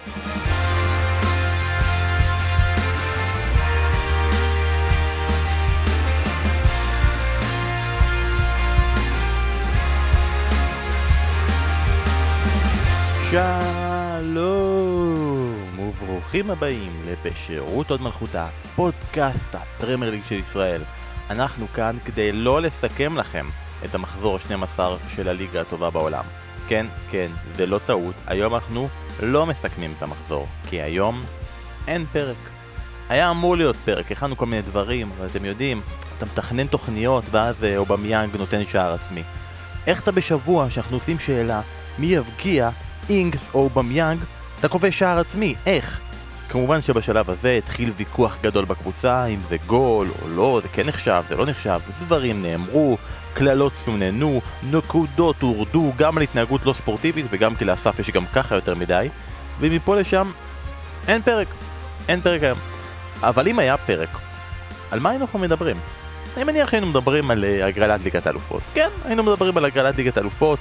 שלום וברוכים הבאים לבשירות עוד מלכותה, פודקאסט הפרמייר ליג של ישראל. אנחנו כאן כדי לא לסכם לכם את המחזור 12 של הליגה הטובה בעולם. כן, זה לא טעות, היום אנחנו לא מסכמים את המחזור, כי היום אין פרק. היה אמור להיות פרק, הכנו כל מיני דברים, אבל אתם יודעים, אתה מתכנן תוכניות ואז אובמיאנג נותן שער עצמי. איך אתה בשבוע שאנחנו עושים שאלה מי יבקיע, אינגס או אובמיאנג, אתה קובע שער עצמי, איך? כמובן שבשלב הזה התחיל ויכוח גדול בקבוצה, אם זה גול או לא, זה כן נחשב, זה לא נחשב, דברים נאמרו, כללות סוננו, נקודות הורדו, גם על התנהגות לא ספורטיבית וגם כי לאסף יש גם ככה יותר מדי, ומפה לשם אין פרק היום. אבל אם היה פרק, על מה היינו מדברים? אני מניח שהיינו מדברים על הגרלת ליגת האלופות. כן, היינו מדברים על הגרלת ליגת האלופות,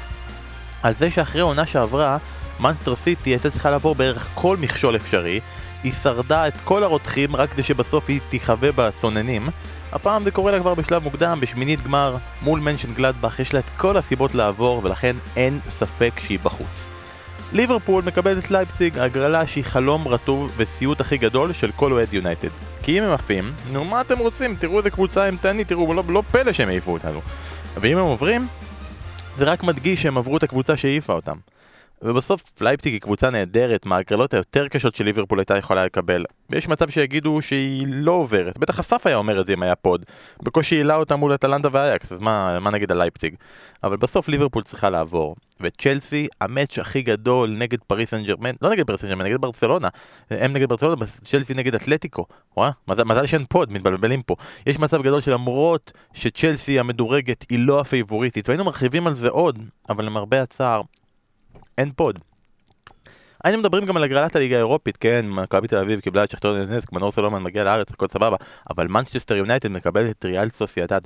על זה שאחרי העונה שעברה מנצ'סטר סיטי הייתה צריכה לעבור בערך כל מכשול אפשרי, היא שרדה את כל הרותחים רק כדי שבסוף היא תיחווה בצוננים. הפעם זה קורה לה כבר בשלב מוקדם, בשמינית גמר מול מנשנגלדבך, יש לה את כל הסיבות לעבור ולכן אין ספק שהיא בחוץ. ליברפול מקבלת את לייפציג, הגרלה שהיא חלום רטוב וסיוט הכי גדול של כל אוהד יונייטד. כי אם הם עפים, נו מה אתם רוצים? תראו איזה קבוצה הם תעני, תראו, לא פלא שהם העיפו אותנו. ואם הם עוברים, זה רק מדגיש שהם עברו את הקבוצה שהעיפה אותם. ובסוף לייפציג היא קבוצה נהדרת, מההגרלות היותר קשות של ליברפול הייתה יכולה לקבל. ויש מצב שיגידו שהיא לא עוברת. בטח אסף היה אומר את זה אם היה פוד. בקושי העלה אותה מול אטלנטה ואייקס, אז מה נגיד על לייפציג? אבל בסוף ליברפול צריכה לעבור. וצ'לסי, המאץ' הכי גדול נגד פריס סן ז'רמן, לא נגד פריס סן ז'רמן, נגד ברצלונה. הם נגד ברצלונה, צ'לסי נגד אתלטיקו. מזל שאין פוד, מתבלבלים פה. יש מצב גדול שלמרות שצ'לסי המדורגת היא לא הפייבוריטית, והיינו מרחיבים על זה עוד, אבל למרבה הצער אין פוד. היינו מדברים גם על הגרלת הליגה האירופית, כן, מכבי תל אביב קיבלה את שכתר דונסק, מנור סולומון מגיע לארץ, הכל סבבה, אבל מנצ'סטר יונייטד מקבלת את ריאל סוסיידד,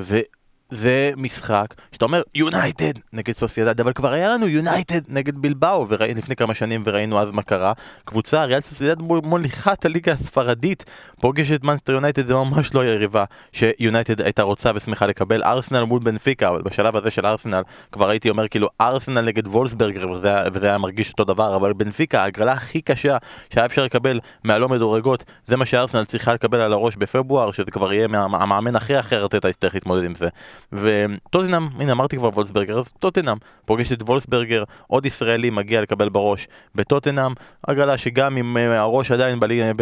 וזה משחק שאתה אומר יונייטד נגד סוסיידד, אבל כבר היה לנו יונייטד נגד בלבאו, לפני כמה שנים וראינו אז מה קרה. קבוצה, ריאל סוסיידד מוליכת הליגה הספרדית, פוגשת מנצ'סטר יונייטד, זה ממש לא יריבה שיונייטד הייתה רוצה ושמחה לקבל. ארסנל מול בנפיקה, אבל בשלב הזה של ארסנל כבר הייתי אומר כאילו ארסנל נגד וולסברגר, וזה היה מרגיש אותו דבר, אבל בנפיקה, ההגרלה הכי קשה שהיה אפשר לקבל מהלא מדורגות, זה מה שארסנל צריכה לקבל על הראש בפברואר, שזה כבר יהיה המאמן אחרת אתה יצטרך להתמודד עם זה. וטוטנהאם, הנה אמרתי כבר וולסברגר, אז טוטנהאם פוגשת את וולסברגר, עוד ישראלי מגיע לקבל בראש בטוטנהאם, הגרלה שגם עם הראש עדיין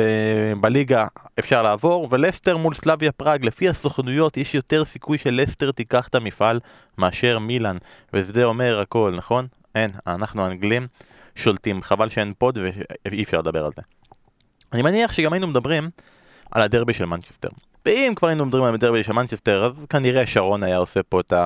בליגה אפשר לעבור. ולסטר מול סלאביה פראג, לפי הסוכנויות יש יותר סיכוי שלסטר תיקח את המפעל מאשר מילאן, וזה אומר הכל, נכון? אין, אנחנו האנגלים שולטים, חבל שאין פוד ואי אפשר לדבר על זה. אני מניח שגם היינו מדברים על הדרבי של מנצ'סטר, ואם כבר היינו מדברים על הדרבי של מנצ'סטר, אז כנראה שרון היה עושה פה את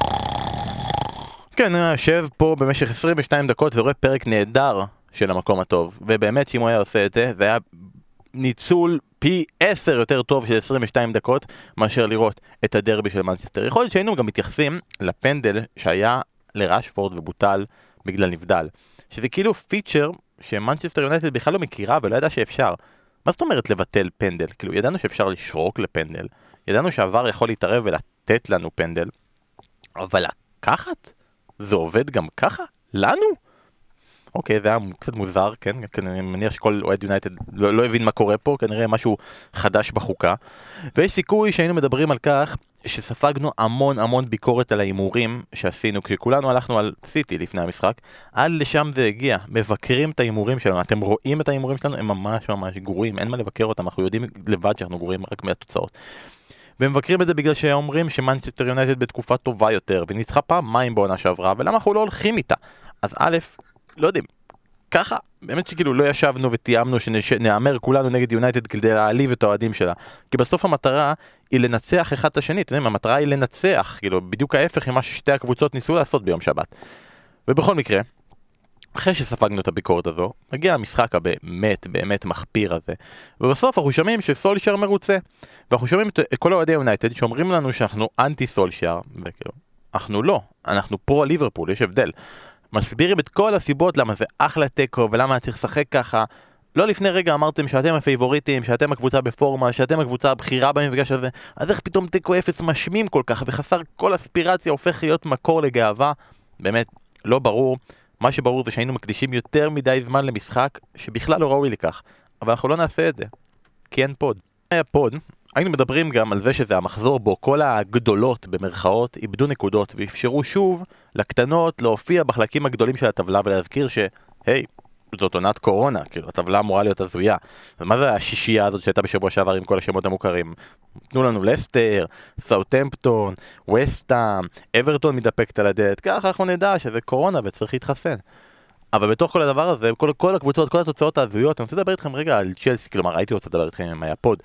כן, הוא יושב פה במשך 22 דקות ורואה פרק נהדר של המקום הטוב, ובאמת שאם הוא היה עושה את זה, זה היה ניצול פי 10 יותר טוב של 22 דקות מאשר לראות את הדרבי של מנצ'סטר. יכול להיות שהיינו גם מתייחסים לפנדל שהיה לרשפורד ובוטל בגלל נבדל, שזה כאילו פיצ'ר שמנצ'סטר יונייטד בכלל לא מכירה ולא ידע שאפשר. מה זאת אומרת לבטל פנדל? כאילו, ידענו שאפשר לשרוק לפנדל, ידענו שעבר יכול להתערב ולתת לנו פנדל, אבל לקחת? זה עובד גם ככה? לנו? אוקיי, זה היה קצת מוזר, כן? אני מניח שכל אוהד יונייטד לא הבין מה קורה פה, כנראה משהו חדש בחוקה. ויש סיכוי שהיינו מדברים על כך שספגנו המון ביקורת על האימורים שעשינו כשכולנו הלכנו על סיטי לפני המשחק. עד לשם זה הגיע, מבקרים את האימורים שלנו. אתם רואים את האימורים שלנו? הם ממש גרועים, אין מה לבקר אותם, אנחנו יודעים לבד שאנחנו גרועים רק מהתוצאות. ומבקרים את זה בגלל שאומרים שמנצ'סטר יונייטד בתקופה טובה יותר וניצחה פעמיים בעונה שעברה, ולמה אנחנו לא הולכים איתה? אז א', לא יודעים, ככה, באמת שכאילו לא ישבנו ותיאמנו שנאמר כולנו נגד יונייטד כדי להעליב את האוהדים שלה, כי בסוף המטרה היא לנצח אחד את השני, המטרה היא לנצח, כאילו בדיוק ההפך ממה ששתי הקבוצות ניסו לעשות ביום שבת. ובכל מקרה, אחרי שספגנו את הביקורת הזו, מגיע המשחק באמת מחפיר הזה, ובסוף אנחנו שומעים שסולשר מרוצה, ואנחנו שומעים את כל האוהדי יונייטד שאומרים לנו שאנחנו אנטי סולשר, וכאילו, אנחנו לא, אנחנו פרו ליברפול, יש הבדל. מסבירים את כל הסיבות למה זה אחלה טקו ולמה צריך לשחק ככה. לא לפני רגע אמרתם שאתם הפייבוריטים, שאתם הקבוצה בפורמה, שאתם הקבוצה הבכירה במפגש הזה, אז איך פתאום טקו 0 משמים כל כך וחסר כל אספירציה הופך להיות מקור לגאווה? באמת, לא ברור. מה שברור זה שהיינו מקדישים יותר מדי זמן למשחק שבכלל לא ראוי לכך, אבל אנחנו לא נעשה את זה, כי אין פוד. היה פוד, היינו מדברים גם על זה שזה המחזור בו כל הגדולות במרכאות איבדו נקודות ואפשרו שוב לקטנות להופיע בחלקים הגדולים של הטבלה ולהזכיר שהי, זאת עונת קורונה, כאילו הטבלה אמורה להיות הזויה. ומה זה השישייה הזאת שהייתה בשבוע שעבר עם כל השמות המוכרים? תנו לנו לסטר, סאות'המפטון, וסטהאם, אברטון מתדפקת על הדלת, ככה אנחנו נדע שזה קורונה וצריך להתחסן. אבל בתוך כל הדבר הזה, כל הקבוצות, כל התוצאות ההזויות, אני רוצה לדבר איתכם רגע על צ'לסי, כלומר הייתי רוצה לדבר איתכם אם היה פוד.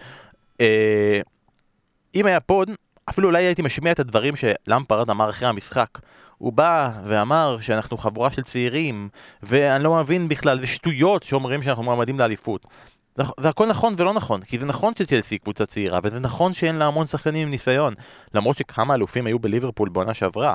אם היה פוד, אפילו אולי הייתי משמיע את הדברים שלמפרד אמר אחרי המשחק. הוא בא ואמר שאנחנו חבורה של צעירים, ואני לא מבין בכלל, זה שטויות שאומרים שאנחנו מועמדים לאליפות. זה הכל נכון ולא נכון, כי זה נכון שצ'לסי קבוצה צעירה, וזה נכון שאין לה המון שחקנים עם ניסיון, למרות שכמה אלופים היו בליברפול בעונה שעברה.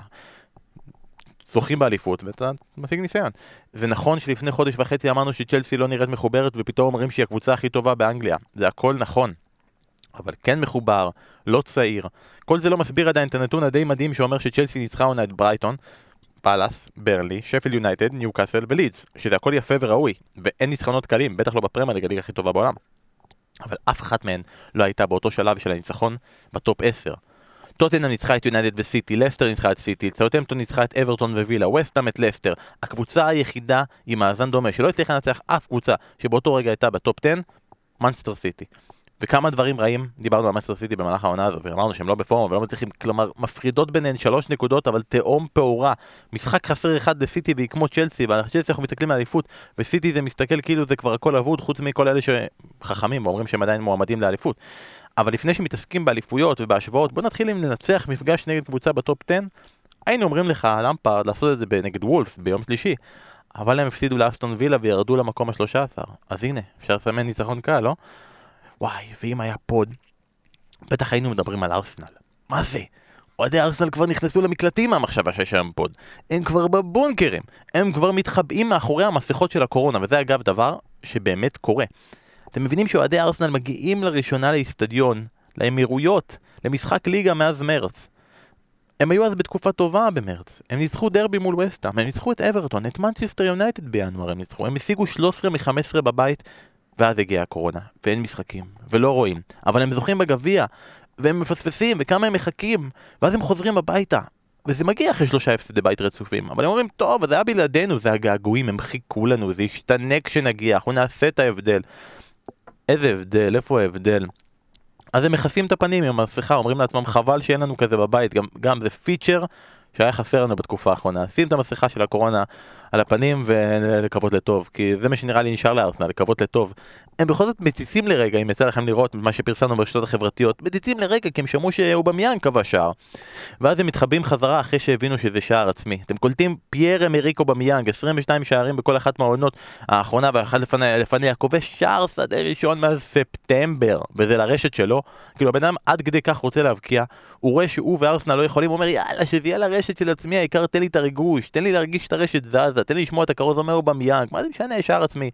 זוכים באליפות ואתה משיג ניסיון. זה נכון שלפני חודש וחצי אמרנו שצ'לסי לא נראית מחוברת ופתאום אומרים שהיא הקבוצה הכי טובה באנגליה. זה הכל נכון. אבל כן מחובר, לא צעיר. כל זה לא מסביר עדיין את הנתון הדי מדהים שאומר שצ'לסי ניצחה עונה את ברייטון, פאלאס, ברלי, שפילד יונייטד, ניוקאסל ולידס, שזה הכל יפה וראוי, ואין ניצחונות קלים, בטח לא בפרמייר ליג, הליגה הכי טובה בעולם. אבל אף אחת מהן לא הייתה באותו שלב של הניצחון בטופ 10. טוטנהאם ניצחה את יונייטד וסיטי, לסטר ניצחה את סיטי, סאות'המפטון ניצחה את אברטון ווילה, וסטהאם את לסטר. הקבוצה היחידה עם מאזן דומה שלא הצליחה לנצח אף קבוצה שבאותו רגע הייתה בטופ 10, מנצ'סטר סיטי. וכמה דברים רעים דיברנו על מנצ'סטר סיטי במהלך העונה הזו, ואמרנו שהם לא בפורמה ולא מצליחים, כלומר מפרידות ביניהן 3 נקודות, אבל תאום פעורה. משחק חסר אחד לסיטי והיא כמו צ'לסי, צ'לסי אנחנו מסתכלים על אליפות, וסיטי זה מסתכל כאילו זה כבר הכל אבוד, חוץ מכל אלה שחכמים ואומרים שהם עדיין מועמדים לאליפות. אבל לפני שמתעסקים באליפויות ובהשוואות, בוא נתחיל עם לנצח מפגש נגד קבוצה בטופ 10. היינו אומרים לך, למפרד, לעשות את זה נגד וולפס ביום שלישי, אבל הם הפסידו לאסטון וילה וירדו למקום ה-13. אז הנה, אפשר לסמן ניצחון קל, לא? וואי, ואם היה פוד, בטח היינו מדברים על ארסנל. מה זה? אוהדי ארסנל כבר נכנסו למקלטים מהמחשבה שיש שם פוד. הם כבר בבונקרים. הם כבר מתחבאים מאחורי המסכות של הקורונה, וזה אגב דבר שבאמת קורה. אתם מבינים שאוהדי ארסנל מגיעים לראשונה לאצטדיון, לאמירויות, למשחק ליגה מאז מרץ. הם היו אז בתקופה טובה במרץ. הם ניצחו דרבי מול וסטהאם, הם ניצחו את אברטון, את מנצ'סטר יונייטד בינואר הם ניצחו. הם השיגו 13 מ-15 בבית, ואז הגיעה הקורונה, ואין משחקים, ולא רואים. אבל הם זוכים בגביע, והם מפספסים, וכמה הם מחכים, ואז הם חוזרים הביתה. וזה מגיע אחרי 3 הפסדי בית רצופים. אבל הם אומרים, טוב, זה היה בלעדינו, זה הגעגועים, הם חיכו לנו, זה ישתנה כשנגיע, אנחנו נעשה את ההבדל. איזה הבדל, איפה ההבדל? אז הם מכסים את הפנים עם המסכה, אומרים לעצמם חבל שאין לנו כזה בבית, גם זה פיצ'ר שהיה חסר לנו בתקופה האחרונה. שים את המסכה של הקורונה על הפנים ולקוות לטוב, כי זה מה שנראה לי נשאר לארסנל, לקוות לטוב. הם בכל זאת מציצים לרגע, אם יצא לכם לראות מה שפרסמנו ברשתות החברתיות, מציצים לרגע כי הם שמעו שאובמיאנג קבע שער, ואז הם מתחבאים חזרה אחרי שהבינו שזה שער עצמי. אתם קולטים פייר אמריק אובמיאנג, 22 שערים בכל אחת מהעונות האחרונה, ואחת לפניה כובש שער שדה ראשון מאז ספטמבר, וזה לרשת שלו. כאילו הבן אדם עד כדי כך רוצה להבקיע, הוא רואה שהוא וארסנל לא יכולים, הוא אומר יאללה שזה יהיה לרשת של עצמי, העיקר תן לי את הריגוש, תן לי להרגיש את הרשת זזה, תן לי לשמוע את הכרוז אומר אובמיאנג, מה זה משנה, שער עצמי.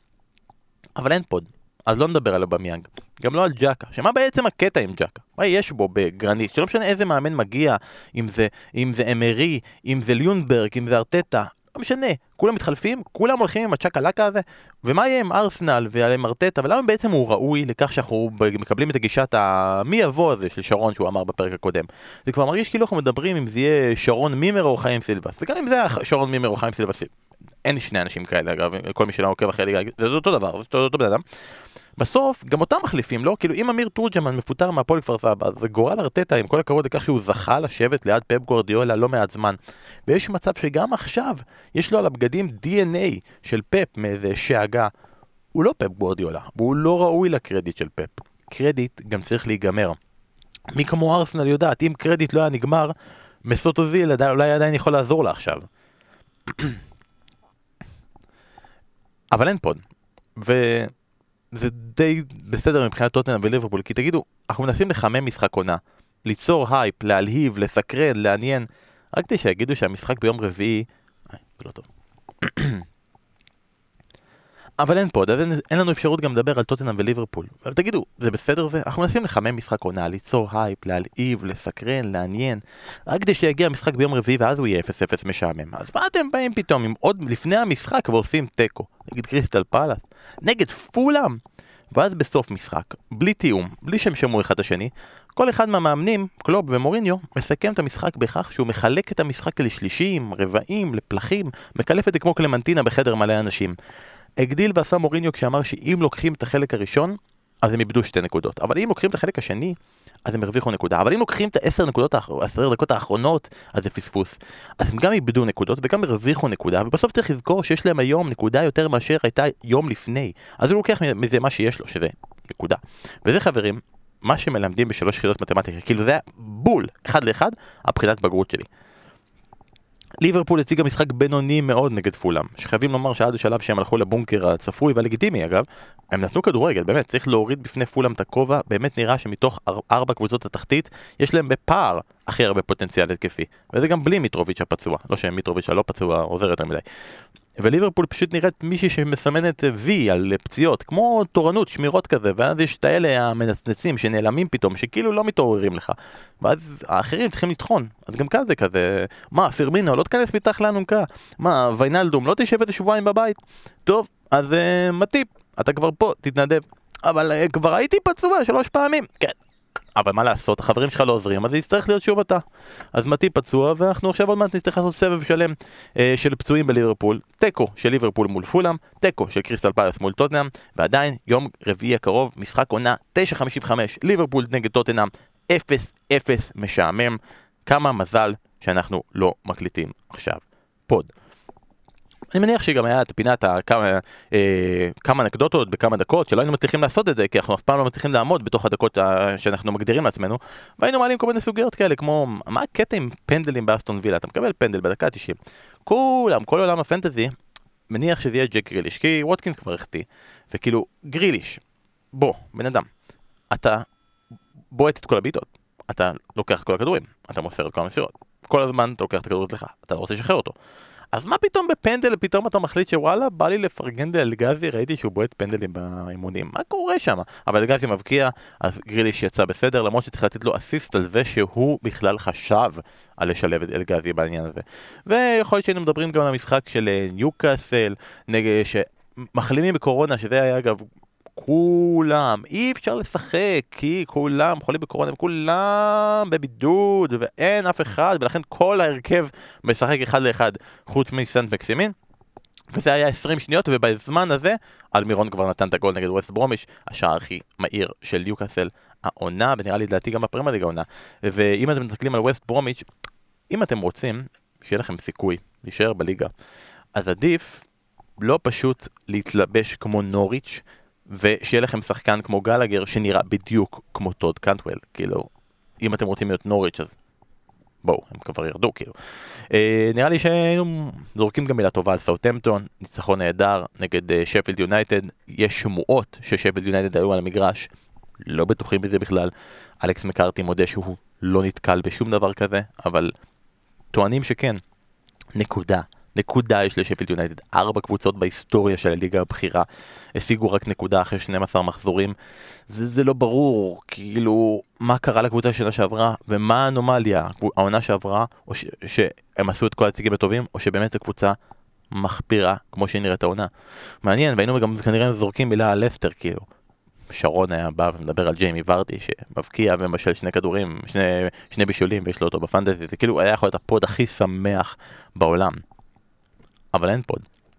אבל אין פוד, אז לא נדבר על אובמיאנג, גם לא על ג'קה, שמה בעצם הקטע עם ג'קה? מה יש בו בגרנית? שלא משנה איזה מאמן מגיע, אם זה אמרי, אם זה ליונברג, אם זה ארטטה, לא משנה, כולם מתחלפים, כולם הולכים עם הצ'קלקה הזה, ומה יהיה עם ארסנל ועם ארטטה, ולמה בעצם הוא ראוי לכך שאנחנו מקבלים את הגישת המי יבוא הזה של שרון שהוא אמר בפרק הקודם. זה כבר מרגיש כאילו אנחנו מדברים אם זה יהיה שרון מימר או חיים סילבס, וגם אם זה היה שרון מימר או חיים סילבס, אין שני אנשים כאלה, אגב, כל מי שלא עוקב אחרי ליגה, זה אותו דבר, זה אותו בן אדם. בסוף, גם אותם מחליפים, לא? כאילו, אם אמיר תורג'מן מפוטר מהפועל כפר סבא, זה גורל ארטטה, עם כל הכבוד לכך שהוא זכה לשבת ליד פפ גוארדיולה לא מעט זמן. ויש מצב שגם עכשיו, יש לו על הבגדים DNA של פפ מאיזה שאגה. הוא לא פפ גוארדיולה, והוא לא ראוי לקרדיט של פפ. קרדיט גם צריך להיגמר. מי כמו ארסנל יודעת, אם קרדיט לא היה נגמר, מסות אוזיל אולי עדיין יכול לעזור לה עכשיו. אבל אין פוד. זה די בסדר מבחינת טוטנהאם וליברפול, כי תגידו, אנחנו מנסים לחמם משחק עונה, ליצור הייפ, להלהיב, לסקרן, לעניין, רק כדי שיגידו שהמשחק ביום רביעי זה לא טוב. אבל אין פה, אין לנו אפשרות גם לדבר על טוטנהאם וליברפול. אבל תגידו, זה בסדר זה? אנחנו מנסים לחמם משחק עונה, ליצור הייפ, להלהיב, לסקרן, לעניין. רק כדי שיגיע המשחק ביום רביעי ואז הוא יהיה 0-0 משעמם. אז מה אתם באים פתאום עם עוד לפני המשחק ועושים טקו? נגד קריסטל פלאס, נגד פולאם. ואז בסוף משחק, בלי תיאום, בלי שהם שמעו אחד השני, כל אחד מהמאמנים, קלופ ומוריניו, מסכם את המשחק בכך שהוא מחלק את המשחק לשלישים, רבעים, לפלחים, מקלף את זה כמו קלמנטינה בחדר מלא אנשים. הגדיל ועשה מוריניו כשאמר שאם לוקחים את החלק הראשון, אז הם איבדו 2 נקודות. אבל אם לוקחים את החלק השני, אז הם הרוויחו נקודה. אבל אם לוקחים את 10 דקות האחרונות, אז זה פספוס. אז הם גם איבדו נקודות וגם הרוויחו נקודה, ובסוף צריך לזכור שיש להם היום נקודה יותר מאשר הייתה יום לפני. אז הוא לוקח מזה מה שיש לו, שזה נקודה. וזה חברים, מה שמלמדים בשלוש יחידות מתמטיקה, כאילו זה בול, 1-1, הבחינת בגרות שלי. ליברפול הציגה משחק בינוני מאוד נגד פולאם, שחייבים לומר שעד השלב שהם הלכו לבונקר הצפוי והלגיטימי אגב, הם נתנו כדורגל, באמת, צריך להוריד בפני פולאם את הכובע, באמת נראה שמתוך 4 קבוצות התחתית, יש להם בפער הכי הרבה פוטנציאל התקפי, וזה גם בלי מיטרוביץ' הפצוע, לא שמיטרוביץ' הלא פצוע עוזר יותר מדי. וליברפול פשוט נראית מישהי שמסמנת וי על פציעות, כמו תורנות, שמירות כזה, ואז יש את האלה המנסנסים שנעלמים פתאום, שכאילו לא מתעוררים לך, ואז האחרים צריכים לטחון, אז גם כאן זה כזה, מה, פירמינו, לא תכנס מתחת לאלונקה, מה, ויינלדום, לא תשב איזה שבועיים בבית, טוב, אז מטיפ, אתה כבר פה, תתנדב, אבל כבר הייתי פצוע 3 פעמים, כן. אבל מה לעשות, החברים שלך לא עוזרים, אז יצטרך להיות שוב אתה. אז מתי פצוע, ואנחנו עכשיו עוד מעט נצטרך לעשות סבב שלם של פצועים בליברפול, טקו של ליברפול מול פולאם, טקו של קריסטל פלאס מול טוטנהאם, ועדיין יום רביעי הקרוב, משחק עונה 9:55, ליברפול נגד טוטנהאם, 0-0 משעמם. כמה מזל שאנחנו לא מקליטים עכשיו פוד. אני מניח שגם היה את פינת כמה אנקדוטות בכמה דקות, שלא היינו מצליחים לעשות את זה, כי אנחנו אף פעם לא מצליחים לעמוד בתוך הדקות שאנחנו מגדירים לעצמנו, והיינו מעלים כל מיני סוגיות כאלה, כמו, מה הקטע עם פנדלים באסטון וילה? אתה מקבל פנדל בדקה 90. כל עולם הפנטזי, מניח שזה יהיה ג'ק גריליש, כי ווטקינס כבר החטיא, וכאילו, גריליש, בוא, בן אדם, אתה בועט את כל הביטות, אתה לוקח את כל הכדורים, אתה מוסר את כל המסירות, כל הזמן אתה לוקח את הכדור אצלך, אתה לא רוצה לשחרר אותו. אז מה פתאום בפנדל, פתאום אתה מחליט שוואלה, בא לי לפרגן לאלגזי, ראיתי שהוא בועט פנדלים באימונים, מה קורה שם? אבל אלגזי מבקיע, אז גריליש יצא בסדר, למרות שצריך לתת לו אסיסט על זה שהוא בכלל חשב על לשלב את אלגזי בעניין הזה. ויכול להיות שהיינו מדברים גם על המשחק של ניוקאסל, נגד שמחלימים בקורונה, שזה היה אגב, כולם, אי אפשר לשחק, כי כולם חולים בקורונה, כולם בבידוד, ואין אף אחד, ולכן כל ההרכב משחק 1-1, חוץ מסנט מקסימין, וזה היה 20 שניות, ובזמן הזה, אלמירון כבר נתן את הגול נגד ווסט ברומיש, השער הכי מהיר של ניוקאסל העונה, ונראה לי לדעתי גם בפרמייר ליג העונה. ואם אתם מסתכלים על ווסט ברומיש, אם אתם רוצים שיהיה לכם סיכוי להישאר בליגה, אז עדיף לא פשוט להתלבש כמו נוריץ', ושיהיה לכם שחקן כמו גלגר שנראה בדיוק כמו טוד קנטוול, כאילו, אם אתם רוצים להיות נוריץ' אז בואו, הם כבר ירדו, כאילו. נראה לי שהיינו זורקים גם מילה טובה על סאות'המפטון, ניצחון נהדר נגד שפילד יונייטד, יש שמועות ששפילד יונייטד היו על המגרש, לא בטוחים בזה בכלל, אלכס מקארתי מודה שהוא לא נתקל בשום דבר כזה, אבל טוענים שכן, נקודה יש לשפילד יונייטד, 4 קבוצות בהיסטוריה של הליגה הבכירה, השיגו רק נקודה אחרי 12 מחזורים, זה לא ברור, כאילו, מה קרה לקבוצה שנה שעברה, ומה האנומליה, העונה שעברה, או שהם עשו את כל הציגים הטובים, או שבאמת זו קבוצה מחפירה, כמו שהיא נראית העונה. מעניין, והיינו גם כנראה זורקים מילה על לסטר, כאילו. שרון היה בא ומדבר על ג'יימי ורדי שמבקיע ומשל 2 כדורים, שני בישולים ויש לו אותו בפנטזי, זה כאילו היה יכול להיות הפוד הכי שמח בעולם. אבל אין פוד.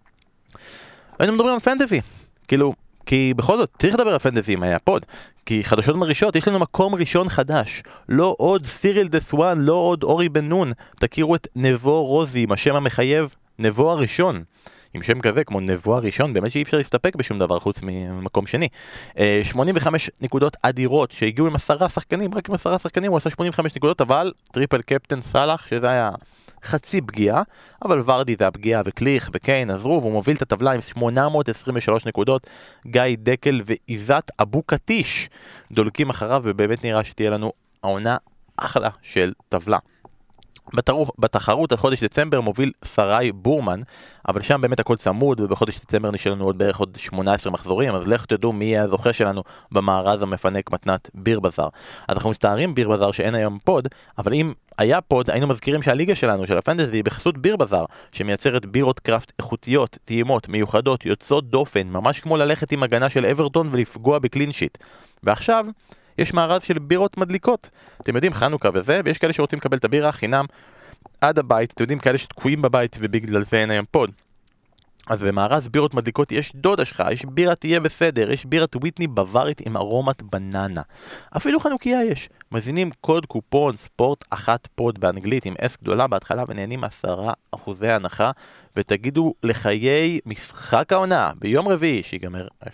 היינו מדברים על פנטזי, כאילו, כי בכל זאת צריך לדבר על פנטזי אם היה פוד, כי חדשות מרישות, יש לנו מקום ראשון חדש, לא עוד סיריל דסואן, לא עוד אורי בן נון, תכירו את נבו רוזי, עם השם המחייב, נבו הראשון, עם שם כזה כמו נבו הראשון, באמת שאי אפשר להסתפק בשום דבר חוץ ממקום שני. 85 נקודות אדירות שהגיעו עם 10 שחקנים, רק עם 10 שחקנים הוא עשה 85 נקודות, אבל טריפל קפטן סלאח, שזה היה חצי פגיעה, אבל ורדי והפגיעה וקליך וקיין עזרו, והוא מוביל את הטבלה עם 823 נקודות, גיא דקל ואיזת אבו קטיש דולקים אחריו, ובאמת נראה שתהיה לנו העונה אחלה של טבלה. בתחרות החודש דצמבר מוביל שרי בורמן, אבל שם באמת הכל צמוד, ובחודש דצמבר נשאר לנו עוד בערך עוד 18 מחזורים, אז לך תדעו מי יהיה הזוכה שלנו במארז המפנק מתנת ביר בזאר. אנחנו מסתערים ביר בזאר שאין היום פוד, אבל אם היה פוד, היינו מזכירים שהליגה שלנו, של הפנטזי, היא בחסות ביר בזאר, שמייצרת בירות קראפט איכותיות, טעימות, מיוחדות, יוצאות דופן, ממש כמו ללכת עם הגנה של אברטון ולפגוע בקלין שיט. ועכשיו יש מארז של בירות מדליקות. אתם יודעים, חנוכה וזה, ויש כאלה שרוצים לקבל את הבירה חינם עד הבית. אתם יודעים, כאלה שתקועים בבית ובגלל זה אין היום פוד. אז במארז בירות מדליקות יש דודה שלך, יש בירה תהיה בסדר, יש בירת וויטני בווארית עם ארומת בננה. אפילו חנוכיה יש. מזינים קוד קופון ספורט 1 פוד באנגלית עם S גדולה בהתחלה ונהנים 10% הנחה, ותגידו לחיי משחק העונה ביום רביעי שיגמר 0-0.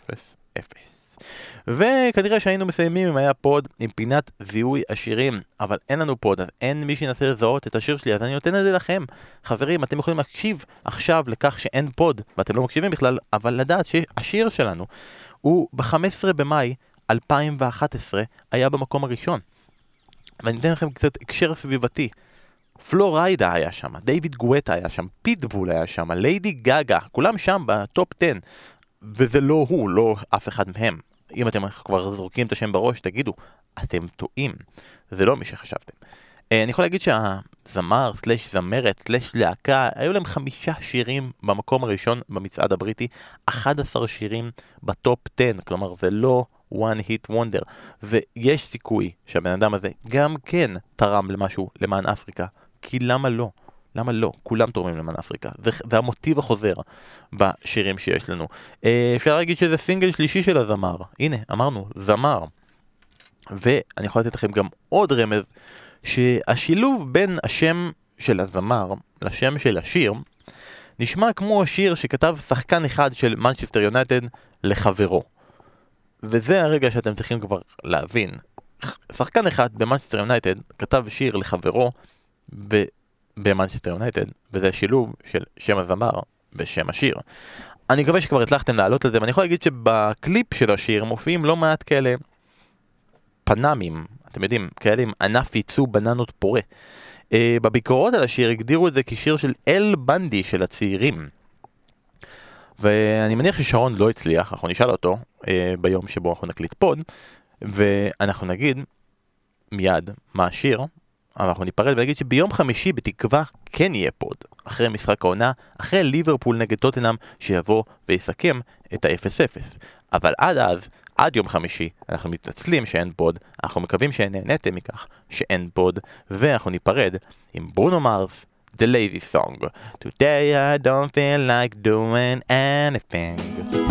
וכנראה שהיינו מסיימים אם היה פוד עם פינת זיהוי השירים, אבל אין לנו פוד, אז אין מי שינסה לזהות את השיר שלי, אז אני נותן את זה לכם. חברים, אתם יכולים להקשיב עכשיו לכך שאין פוד, ואתם לא מקשיבים בכלל, אבל לדעת שהשיר שלנו הוא ב-15 במאי 2011 היה במקום הראשון. ואני אתן לכם קצת הקשר סביבתי. פלוריידה היה שם, דיוויד גואטה היה שם, פיטבול היה שם, ליידי גאגה, כולם שם בטופ 10, וזה לא הוא, לא אף אחד מהם. אם אתם כבר זורקים את השם בראש, תגידו, אתם טועים. זה לא מי שחשבתם. אני יכול להגיד שהזמר, סלש זמרת, סלש להקה, היו להם 5 שירים במקום הראשון במצעד הבריטי, 11 שירים בטופ 10, כלומר זה לא one hit wonder, ויש סיכוי שהבן אדם הזה גם כן תרם למשהו למען אפריקה, כי למה לא? למה לא? כולם תורמים למען אפריקה. זה המוטיב החוזר בשירים שיש לנו. אפשר להגיד שזה סינגל שלישי של הזמר. הנה, אמרנו, זמר. ואני יכול לתת לכם גם עוד רמז, שהשילוב בין השם של הזמר לשם של השיר, נשמע כמו השיר שכתב שחקן אחד של מנצ'סטר יונייטד לחברו. וזה הרגע שאתם צריכים כבר להבין. שחקן אחד במנצ'סטר יונייטד כתב שיר לחברו, במנצ'סטר יונייטד, וזה השילוב של שם הזמר ושם השיר. אני מקווה שכבר הצלחתם לעלות לזה, ואני יכול להגיד שבקליפ של השיר מופיעים לא מעט כאלה פנאמים, אתם יודעים, כאלה עם ענף ייצוא בננות פורה. בביקורות על השיר הגדירו את זה כשיר של אל בנדי של הצעירים. ואני מניח ששרון לא הצליח, אנחנו נשאל אותו ביום שבו אנחנו נקליט פוד, ואנחנו נגיד מיד מה השיר, אבל אנחנו ניפרד ונגיד שביום חמישי בתקווה כן יהיה פוד, אחרי משחק העונה, אחרי ליברפול נגד טוטנהאם שיבוא ויסכם את ה-0-0. אבל עד אז, עד יום חמישי, אנחנו מתנצלים שאין פוד, אנחנו מקווים שנהנתם מכך שאין פוד, ואנחנו ניפרד עם ברונו מרס, The Lazy Song. Today I don't feel like doing anything.